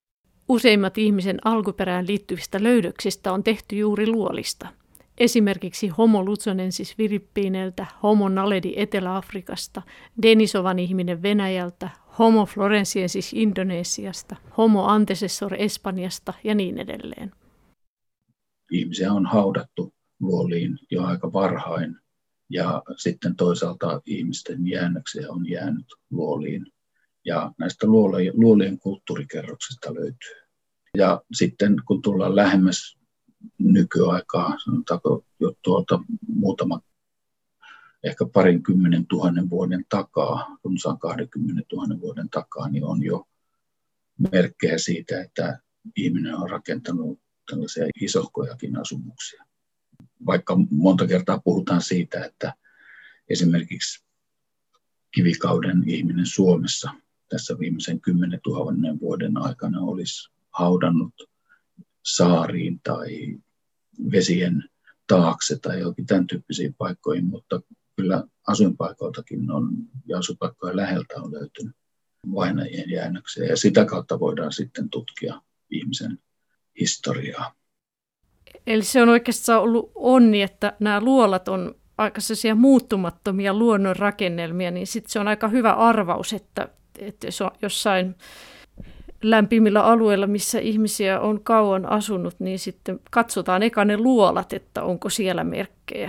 Useimmat ihmisen alkuperään liittyvistä löydöksistä on tehty juuri luolista. Esimerkiksi Homo luzonensis Filippiineiltä, Homo naledi Etelä-Afrikasta, Denisovan ihminen Venäjältä, Homo florensiensis Indonesiasta, Homo antecessor Espanjasta ja niin edelleen. Ihmisiä on haudattu luoliin jo aika varhain ja sitten toisaalta ihmisten jäännöksiä on jäänyt luoliin. Ja näistä luolien kulttuurikerroksista löytyy. Ja sitten kun tullaan lähemmäs nykyaikaa, sanotaanko jo tuolta muutama, ehkä parinkymmenen tuhannen vuoden takaa, runsaan kahdenkymmenen tuhannen vuoden takaa, niin on jo merkkejä siitä, että ihminen on rakentanut tällaisia isohkojakin asumuksia. Vaikka monta kertaa puhutaan siitä, että esimerkiksi kivikauden ihminen Suomessa tässä viimeisen kymmenen tuhannen vuoden aikana olisi haudannut saariin tai vesien taakse tai jokin tämän tyyppisiin paikkoihin, mutta kyllä asuinpaikoiltakin on ja asuinpaikkojen läheltä on löytynyt vainajien jäännöksiä ja sitä kautta voidaan sitten tutkia ihmisen historiaa. Eli se on oikeastaan ollut onni, että nämä luolat on aika sellaisia muuttumattomia luonnon rakennelmia, niin sitten se on aika hyvä arvaus, että, että jos on jossain lämpimillä alueilla, missä ihmisiä on kauan asunut, niin sitten katsotaan eka ne luolat, että onko siellä merkkejä.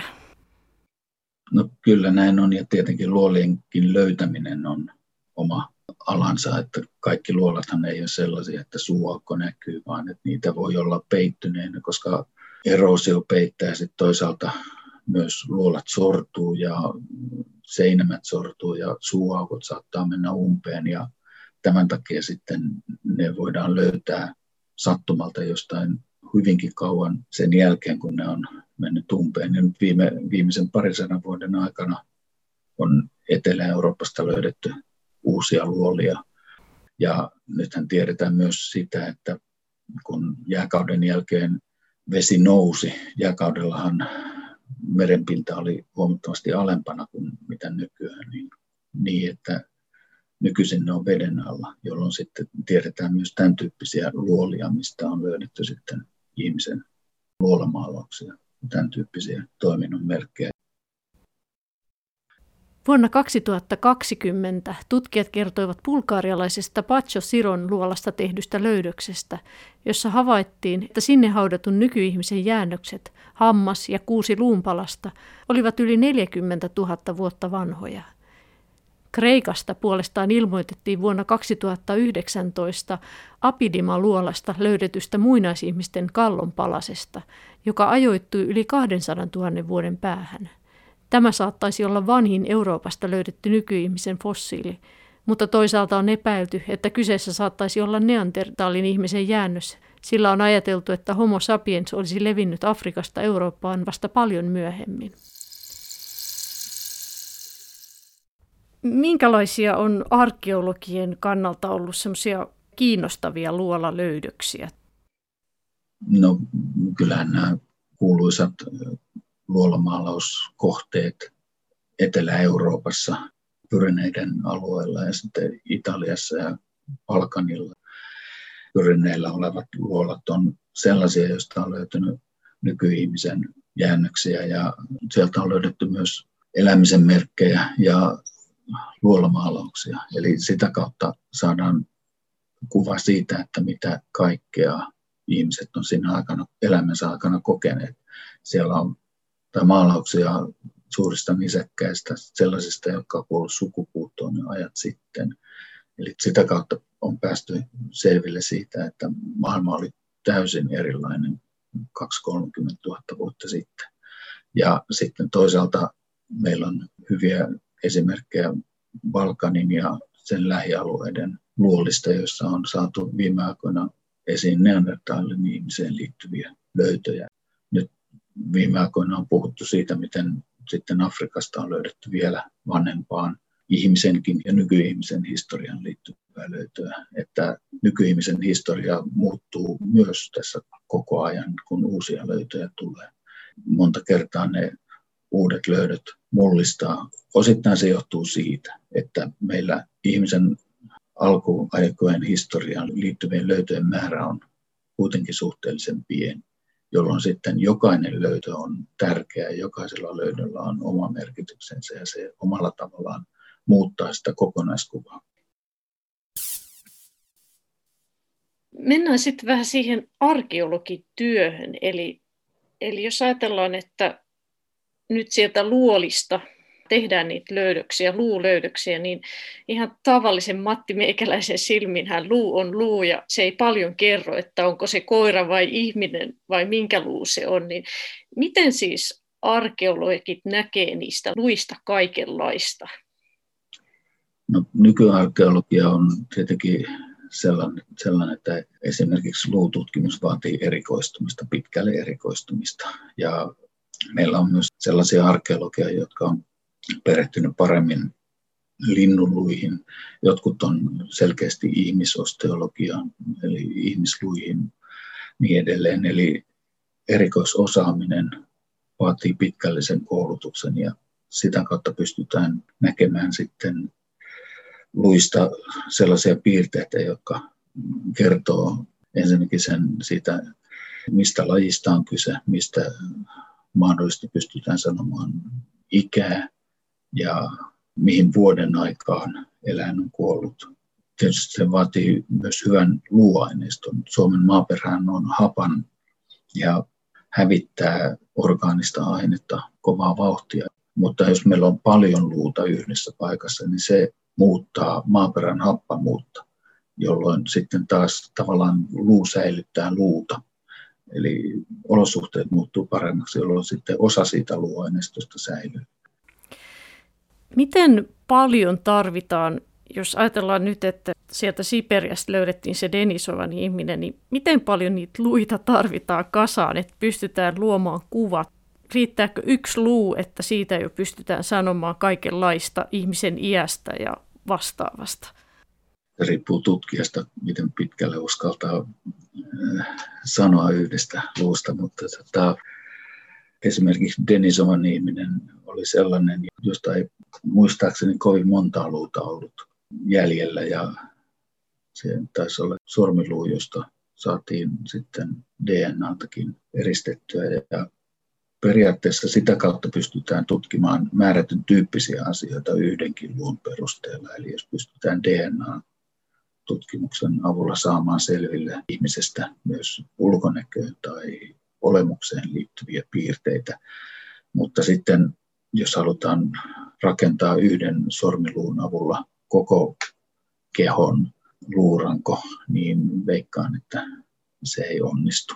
No kyllä näin on, ja tietenkin luolienkin löytäminen on oma alansa, että kaikki luolathan ei ole sellaisia, että suuaukko näkyy, vaan että niitä voi olla peittyneenä, koska eroosio peittää sitten toisaalta myös luolat sortuu ja seinämät sortuu ja suuaukot saattaa mennä umpeen ja tämän takia sitten ne voidaan löytää sattumalta jostain hyvinkin kauan sen jälkeen, kun ne on mennyt umpeen. Ja nyt viime, viimeisen parisadan vuoden aikana on Etelä-Euroopasta löydetty uusia luolia. Ja nythän tiedetään myös sitä, että kun jääkauden jälkeen vesi nousi, jääkaudellahan merenpinta oli huomattavasti alempana kuin mitä nykyään, niin, niin että nykyisin ne on veden alla, jolloin sitten tiedetään myös tämän tyyppisiä luolia, mistä on löydetty sitten ihmisen luolamaalauksia, tämän tyyppisiä toiminnon merkkejä. Vuonna kaksituhattakaksikymmentä tutkijat kertoivat bulgarialaisesta Pacho Siron luolasta tehdystä löydöksestä, jossa havaittiin, että sinne haudatun nykyihmisen jäännökset, hammas ja kuusi luunpalasta, olivat yli neljäkymmentätuhatta vuotta vanhoja. Kreikasta puolestaan ilmoitettiin vuonna kaksituhattayhdeksäntoista Apidima-luolasta löydetystä muinaisihmisten kallonpalasesta, joka ajoittui yli kahdensadantuhannen vuoden päähän. Tämä saattaisi olla vanhin Euroopasta löydetty nykyihmisen fossiili, mutta toisaalta on epäilty, että kyseessä saattaisi olla neandertaalin ihmisen jäännös, sillä on ajateltu, että Homo sapiens olisi levinnyt Afrikasta Eurooppaan vasta paljon myöhemmin. Minkälaisia on arkeologien kannalta ollut semmoisia kiinnostavia luolalöydöksiä? No kyllähän nämä kuuluisat luolamaalauskohteet Etelä-Euroopassa, Pyreneiden alueella ja sitten Italiassa ja Balkanilla. Pyreneillä olevat luolat on sellaisia, joista on löytynyt nykyihmisen jäännöksiä ja sieltä on löydetty myös elämisen merkkejä ja luolamaalauksia. Eli sitä kautta saadaan kuva siitä, että mitä kaikkea ihmiset on siinä aikana, elämänsä aikana kokeneet. Siellä on maalauksia suurista nisäkkäistä, sellaisista, jotka ovat kuolleet sukupuuttoon jo ajat sitten. Eli sitä kautta on päästy selville siitä, että maailma oli täysin erilainen kaksikymmentä kolmekymmentätuhatta vuotta sitten. Ja sitten toisaalta meillä on hyviä esimerkkejä Balkanin ja sen lähialueiden luolista, joissa on saatu viime aikoina esiin neandertaalin ihmiseen liittyviä löytöjä. Nyt viime aikoina on puhuttu siitä, miten sitten Afrikasta on löydetty vielä vanhempaan ihmisenkin ja nykyihmisen historian liittyvää löytöä. Että nykyihmisen historia muuttuu myös tässä koko ajan, kun uusia löytöjä tulee. Monta kertaa ne uudet löydöt mullistaa. Osittain se johtuu siitä, että meillä ihmisen alkuaikojen historiaan liittyvien löytöjen määrä on kuitenkin suhteellisen pieni, jolloin sitten jokainen löytö on tärkeä, jokaisella löydöllä on oma merkityksensä ja se omalla tavallaan muuttaa sitä kokonaiskuvaa. Mennään sitten vähän siihen arkeologityöhön, eli, eli jos ajatellaan, että nyt sieltä luolista tehdään niitä löydöksiä, luulöydöksiä, niin ihan tavallisen Matti Meikäläisen silminhän luu on luu ja se ei paljon kerro, että onko se koira vai ihminen vai minkä luu se on. Niin miten siis arkeologit näkee niistä luista kaikenlaista? No, nykyarkeologia on tietenkin sellainen, sellainen, että esimerkiksi luututkimus vaatii erikoistumista, pitkälle erikoistumista. Ja meillä on myös sellaisia arkeologia, jotka on perehtynyt paremmin linnunluihin. Jotkut on selkeästi ihmisosteologiaan, eli ihmisluihin niin edelleen. Eli erikoisosaaminen vaatii pitkällisen koulutuksen ja sitä kautta pystytään näkemään sitten luista sellaisia piirteitä, jotka kertoo ensinnäkin sen siitä, mistä lajista on kyse, mistä mahdollisesti pystytään sanomaan ikää ja mihin vuoden aikaan eläin on kuollut. Tietysti se vaatii myös hyvän luuaineiston. Suomen maaperään on hapan ja hävittää orgaanista ainetta kovaa vauhtia. Mutta jos meillä on paljon luuta yhdessä paikassa, niin se muuttaa maaperän happamuutta, jolloin sitten taas tavallaan luu säilyttää luuta. Eli olosuhteet muuttuu paremmaksi, jolloin sitten osa siitä luuaineistosta säilyy. Miten paljon tarvitaan, jos ajatellaan nyt, että sieltä Siperiasta löydettiin se Denisovan ihminen, niin miten paljon niitä luita tarvitaan kasaan, että pystytään luomaan kuvat? Riittääkö yksi luu, että siitä jo pystytään sanomaan kaikenlaista ihmisen iästä ja vastaavasta? Se riippuu tutkijasta, miten pitkälle uskaltaa sanoa yhdestä luusta, mutta tota, esimerkiksi Denisovan ihminen oli sellainen, josta ei muistaakseni kovin montaa luuta ollut jäljellä ja se taisi olla sormiluu, josta saatiin sitten D N A:takin eristettyä ja periaatteessa sitä kautta pystytään tutkimaan määrätyn tyyppisiä asioita yhdenkin luun perusteella. Eli jos pystytään D N A-tutkimuksen avulla saamaan selville ihmisestä myös ulkonäköön tai olemukseen liittyviä piirteitä. Mutta sitten jos halutaan rakentaa yhden sormiluun avulla koko kehon luuranko, niin veikkaan, että se ei onnistu.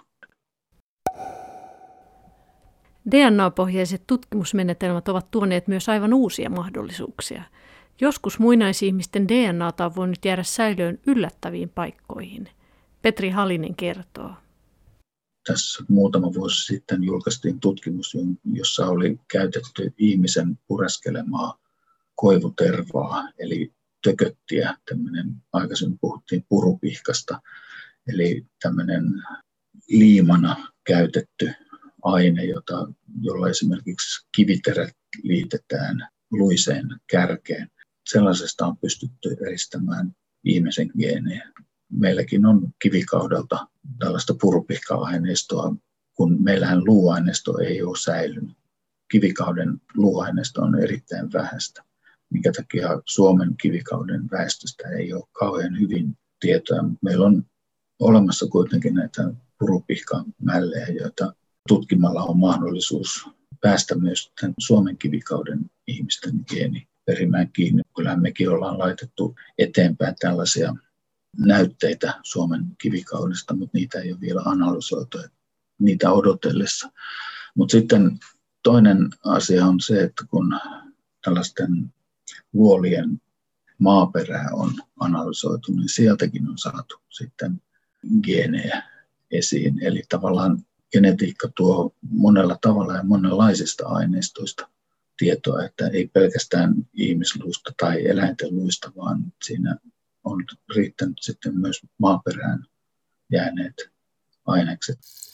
D N A-pohjaiset tutkimusmenetelmät ovat tuoneet myös aivan uusia mahdollisuuksia. Joskus muinaisihmisten D N A:ta on voinut jäädä säilöön yllättäviin paikkoihin. Petri Halinen kertoo. Tässä muutama vuosi sitten julkaistiin tutkimus, jossa oli käytetty ihmisen pureskelemaa koivutervaa, eli tököttiä. Tämmöinen, aikaisemmin puhuttiin purupihkasta, eli tämmöinen liimana käytetty aine, jota, jolla esimerkiksi kiviterät liitetään luiseen kärkeen. Sellaisesta on pystytty eristämään ihmisen geenejä. Meilläkin on kivikaudelta tällaista purupihka-aineistoa, kun meillähän luuaineisto ei ole säilynyt. Kivikauden luuaineisto on erittäin vähäistä, minkä takia Suomen kivikauden väestöstä ei ole kauhean hyvin tietoa. Meillä on olemassa kuitenkin näitä purupihkamällejä, joita tutkimalla on mahdollisuus päästä myös tämän Suomen kivikauden ihmisten geeniperimään kiinni. Kyllähän mekin ollaan laitettu eteenpäin tällaisia näytteitä Suomen kivikaudesta, mutta niitä ei ole vielä analysoitu niitä odotellessa. Mutta sitten toinen asia on se, että kun tällaisten luolien maaperää on analysoitu, niin sieltäkin on saatu sitten geenejä esiin. Eli tavallaan genetiikka tuo monella tavalla ja monenlaisista aineistoista tietoa, että ei pelkästään ihmisluusta tai eläinten luista, vaan siinä on riittänyt sitten myös maaperään jääneet ainekset.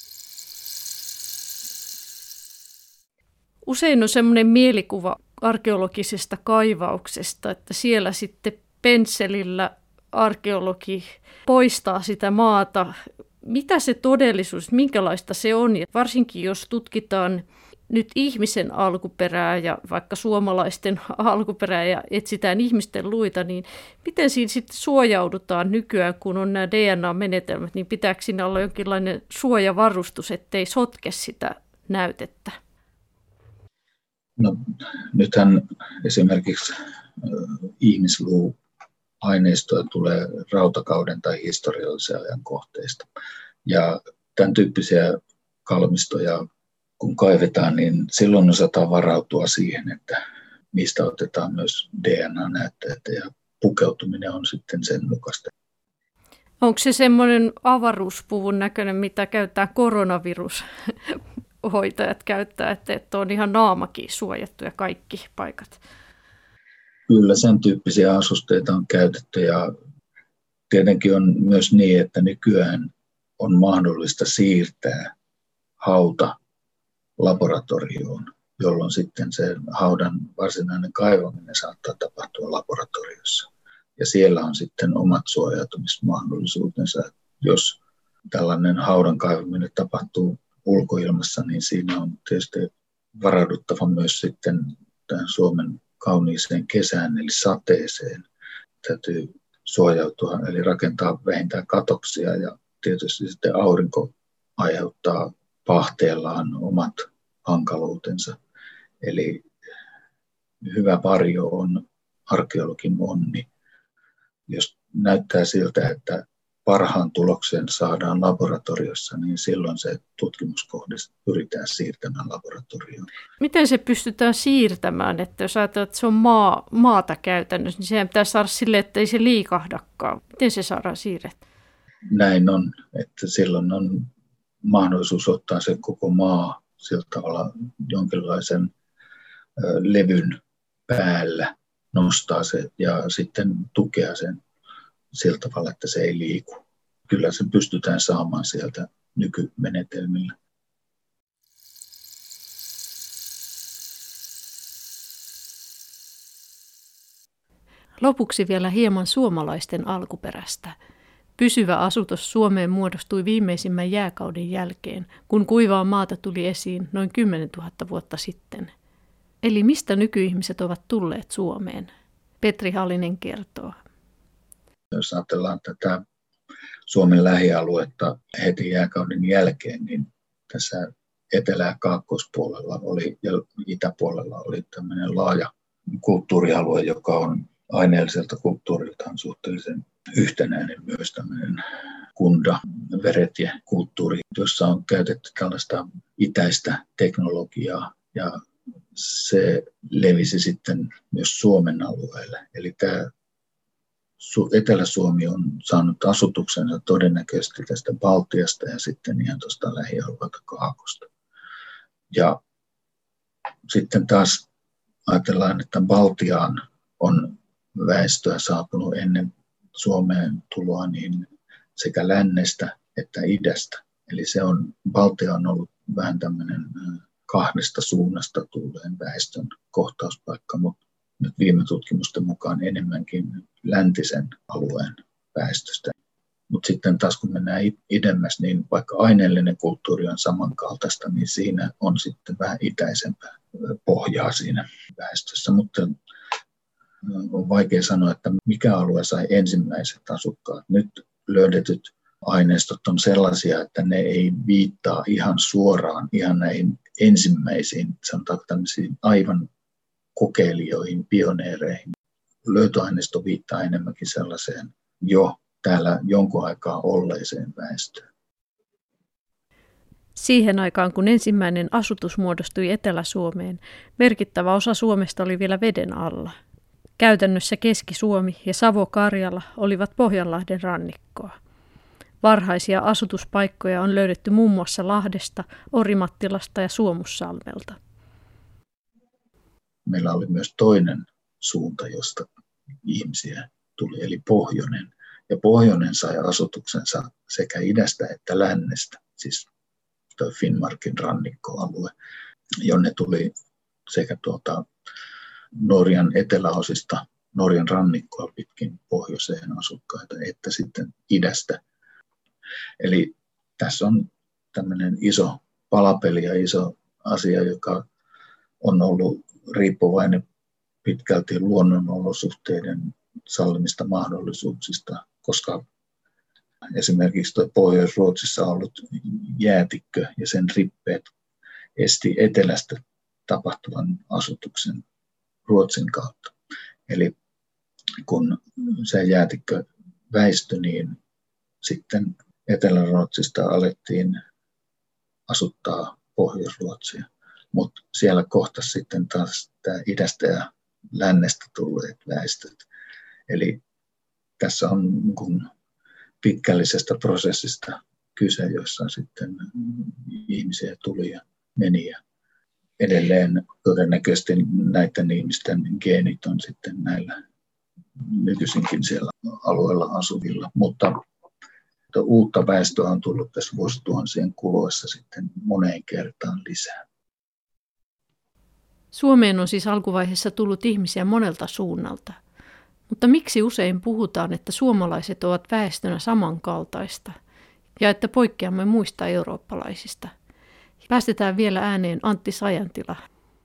Usein on semmoinen mielikuva arkeologisesta kaivauksesta, että siellä sitten pensselillä arkeologi poistaa sitä maata. Mitä se todellisuus, minkälaista se on? Ja varsinkin jos tutkitaan nyt ihmisen alkuperää ja vaikka suomalaisten alkuperää ja etsitään ihmisten luita, niin miten siinä sitten suojaudutaan nykyään, kun on nämä D N A-menetelmät, niin pitääkö siinä olla jonkinlainen suojavarustus, ettei sotke sitä näytettä? No, nythän esimerkiksi ihmisluuaineistoja tulee rautakauden tai historiallisen ajan kohteista. Ja tämän tyyppisiä kalmistoja, kun kaivetaan, niin silloin osataan varautua siihen, että niistä otetaan myös D N A-näytteitä ja pukeutuminen on sitten sen mukaista. Onko se semmoinen avaruuspuvun näköinen, mitä käyttää koronavirushoitajat käyttää, että, että on ihan naamakin suojattu ja kaikki paikat? Kyllä sen tyyppisiä asusteita on käytetty ja tietenkin on myös niin, että nykyään on mahdollista siirtää hauta laboratorioon, jolloin sitten se haudan varsinainen kaivaminen saattaa tapahtua laboratoriossa. Ja siellä on sitten omat suojautumismahdollisuutensa. Jos tällainen haudan kaivaminen tapahtuu ulkoilmassa, niin siinä on tietysti varauduttava myös sitten tähän Suomen kauniiseen kesään, eli sateeseen. Täytyy suojautua, eli rakentaa vähintään katoksia ja tietysti sitten aurinko aiheuttaa pahteellaan omat hankaluutensa. Eli hyvä varjo on arkeologin onni. Jos näyttää siltä, että parhaan tuloksen saadaan laboratoriossa, niin silloin se tutkimuskohde pyritään siirtämään laboratorioon. Miten se pystytään siirtämään? Että jos ajatellaan, että se on maa, maata käytännössä, niin sehän pitää saada silleen, että ei se liikahdakaan. Miten se saadaan siirrettyä? Näin on, että silloin on mahdollisuus ottaa se koko maa sillä tavalla jonkinlaisen levyn päällä, nostaa se ja sitten tukea sen sillä tavalla, että se ei liiku. Kyllä se pystytään saamaan sieltä nykymenetelmillä. Lopuksi vielä hieman suomalaisten alkuperästä. Pysyvä asutus Suomeen muodostui viimeisimmän jääkauden jälkeen, kun kuivaa maata tuli esiin noin kymmenentuhatta vuotta sitten. Eli mistä nykyihmiset ovat tulleet Suomeen? Petri Hallinen kertoo. Jos ajatellaan tätä Suomen lähialuetta heti jääkauden jälkeen, niin tässä etelä- ja kaakkoispuolella oli, ja itäpuolella oli tämmöinen laaja kulttuurialue, joka on aineelliselta kulttuuriltaan suhteellisen yhtenäinen, myös tämmöinen kunda, veretiekulttuuri, jossa on käytetty tällaista itäistä teknologiaa ja se levisi sitten myös Suomen alueelle. Eli tämä Etelä-Suomi on saanut asutuksensa todennäköisesti tästä Baltiasta ja sitten ihan tuosta lähialueelta Kaakosta. Ja sitten taas ajatellaan, että Baltiaan on väestöä saapunut ennen Suomeen tuloa niin sekä lännestä että idästä. Eli se on, Baltia on ollut vähän tämmöinen kahdesta suunnasta tulleen väestön kohtauspaikka, mutta nyt viime tutkimusten mukaan enemmänkin läntisen alueen väestöstä. Mutta sitten taas kun mennään idemmäs, niin vaikka aineellinen kulttuuri on samankaltaista, niin siinä on sitten vähän itäisempää pohjaa siinä väestössä. Mutta on vaikea sanoa, että mikä alue sai ensimmäiset asukkaat. Nyt löydetyt aineistot on sellaisia, että ne ei viittaa ihan suoraan ihan näihin ensimmäisiin, sanotaanko tämmöisiin aivan kokeilijoihin, pioneereihin. Löytöaineisto viittaa enemmänkin sellaiseen jo täällä jonkun aikaa olleeseen väestöön. Siihen aikaan, kun ensimmäinen asutus muodostui Etelä-Suomeen, merkittävä osa Suomesta oli vielä veden alla. Käytännössä Keski-Suomi ja Savo-Karjala olivat Pohjanlahden rannikkoa. Varhaisia asutuspaikkoja on löydetty muun muassa Lahdesta, Orimattilasta ja Suomussalmelta. Meillä oli myös toinen suunta, josta ihmisiä tuli, eli pohjoinen. Ja pohjoinen sai asutuksensa sekä idästä että lännestä, siis tuo Finnmarkin rannikkoalue, jonne tuli sekä tuota Norjan eteläosista Norjan rannikkoa pitkin pohjoiseen asukkaita, että sitten idästä. Eli tässä on tämmöinen iso palapeli ja iso asia, joka on ollut riippuvainen pitkälti luonnonolosuhteiden sallimista mahdollisuuksista, koska esimerkiksi tuo Pohjois-Ruotsissa ollut jäätikkö ja sen rippeet esti etelästä tapahtuvan asutuksen Ruotsin kautta. Eli kun se jäätikkö väistyi, niin sitten Etelä-Ruotsista alettiin asuttaa Pohjois-Ruotsia. Mutta siellä kohtasi sitten taas tämä idästä ja lännestä tulleet väestöt. Eli tässä on niin pitkällisestä prosessista kyse, jossa sitten ihmisiä tuli ja meni. Ja edelleen todennäköisesti näiden ihmisten geenit on sitten näillä nykyisinkin siellä alueella asuvilla. Mutta uutta väestöä on tullut tässä vuosituhansien kuluessa sitten moneen kertaan lisää. Suomeen on siis alkuvaiheessa tullut ihmisiä monelta suunnalta. Mutta miksi usein puhutaan, että suomalaiset ovat väestönä samankaltaista ja että poikkeamme muista eurooppalaisista? Päästetään vielä ääneen Antti Sajantila.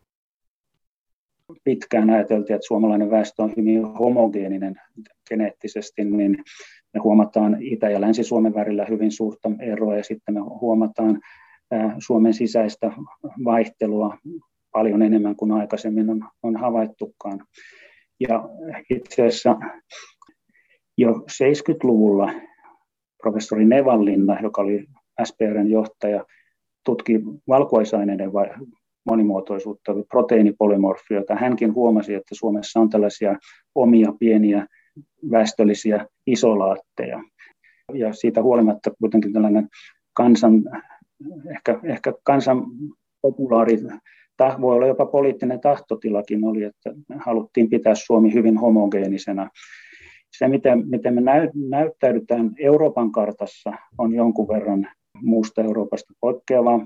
Pitkään ajateltiin, että suomalainen väestö on hyvin homogeeninen geneettisesti, niin me huomataan Itä- ja Länsi-Suomen välillä hyvin suurta eroa ja sitten me huomataan Suomen sisäistä vaihtelua paljon enemmän kuin aikaisemmin on, on havaittukaan. Ja itse asiassa jo seitsemänkymmentäluvulla professori Nevanlinna, joka oli S P R:n johtaja, tutki valkuaisaineiden monimuotoisuutta, proteiinipolymorfioita. Hänkin huomasi, että Suomessa on tällaisia omia pieniä väestöllisiä isolaatteja. Ja siitä huolimatta kuitenkin tällainen kansan, ehkä, ehkä kansan populaari, voi olla jopa poliittinen tahtotilakin oli, että haluttiin pitää Suomi hyvin homogeenisena. Se, miten, miten me näyttäydytään Euroopan kartassa, on jonkun verran muusta Euroopasta poikkeavaa,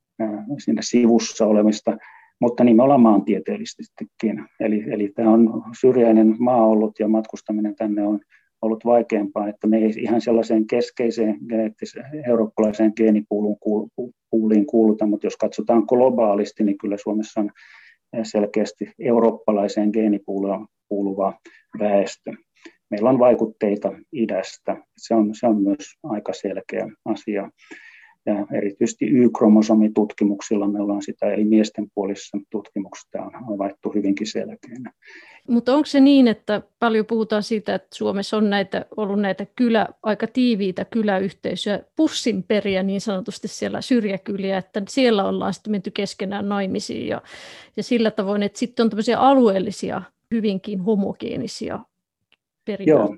siinä sivussa olemista, mutta niin me ollaan maantieteellisestikin. Eli, eli tämä on syrjäinen maa ollut ja matkustaminen tänne on ollut vaikeampaa, että me ei ihan sellaiseen keskeiseen geneettiseen eurooppalaiseen geenipuuliin kuuluta, mutta jos katsotaan globaalisti, niin kyllä Suomessa on selkeästi eurooppalaiseen geenipuuliin kuuluva väestö. Meillä on vaikutteita idästä. Se on, se on myös aika selkeä asia. Ja erityisesti Y-kromosomitutkimuksilla me ollaan sitä, eli miesten puolissa tutkimuksista on havaittu hyvinkin selkeänä. Mutta onko se niin, että paljon puhutaan siitä, että Suomessa on näitä, ollut näitä kylä, aika tiiviitä kyläyhteisöjä, pussinperiä niin sanotusti siellä syrjäkyliä, että siellä ollaan sitten menty keskenään naimisiin ja, ja sillä tavoin, että sitten on tämmöisiä alueellisia, hyvinkin homogeenisia perinteitä. Joo,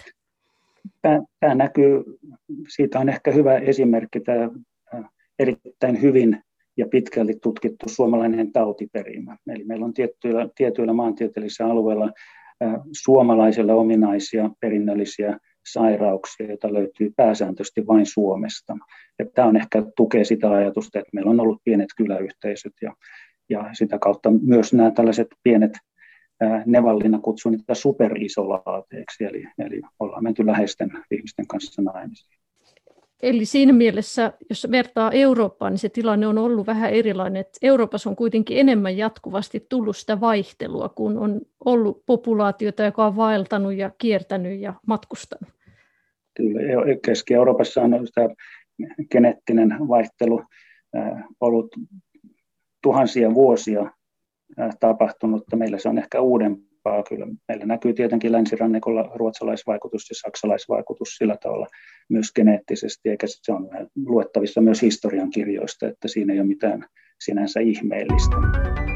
tämä, tämä näkyy, siitä on ehkä hyvä esimerkki tämä erittäin hyvin ja pitkälti tutkittu suomalainen tautiperimä. Eli meillä on tiettyillä, tietyillä maantieteellisillä alueilla äh, suomalaisille ominaisia perinnöllisiä sairauksia, joita löytyy pääsääntöisesti vain Suomesta. Ja tämä on ehkä tukee sitä ajatusta, että meillä on ollut pienet kyläyhteisöt ja, ja sitä kautta myös nämä tällaiset pienet, äh, Nevanlinna kutsuu niitä superisolaateiksi, eli, eli ollaan menty läheisten ihmisten kanssa naimisiin. Eli siinä mielessä, jos vertaa Eurooppaan, niin se tilanne on ollut vähän erilainen. Että Euroopassa on kuitenkin enemmän jatkuvasti tullut sitä vaihtelua, kun on ollut populaatiota, joka on vaeltanut ja kiertänyt ja matkustanut. Kyllä, Keski-Euroopassa on tämä geneettinen vaihtelu ollut tuhansia vuosia tapahtunut. Meillä se on ehkä uudempaa. Kyllä. Meillä näkyy tietenkin länsirannikolla ruotsalaisvaikutus ja saksalaisvaikutus sillä tavalla myös geneettisesti, eikä se on luettavissa myös historiankirjoista, että siinä ei ole mitään sinänsä ihmeellistä.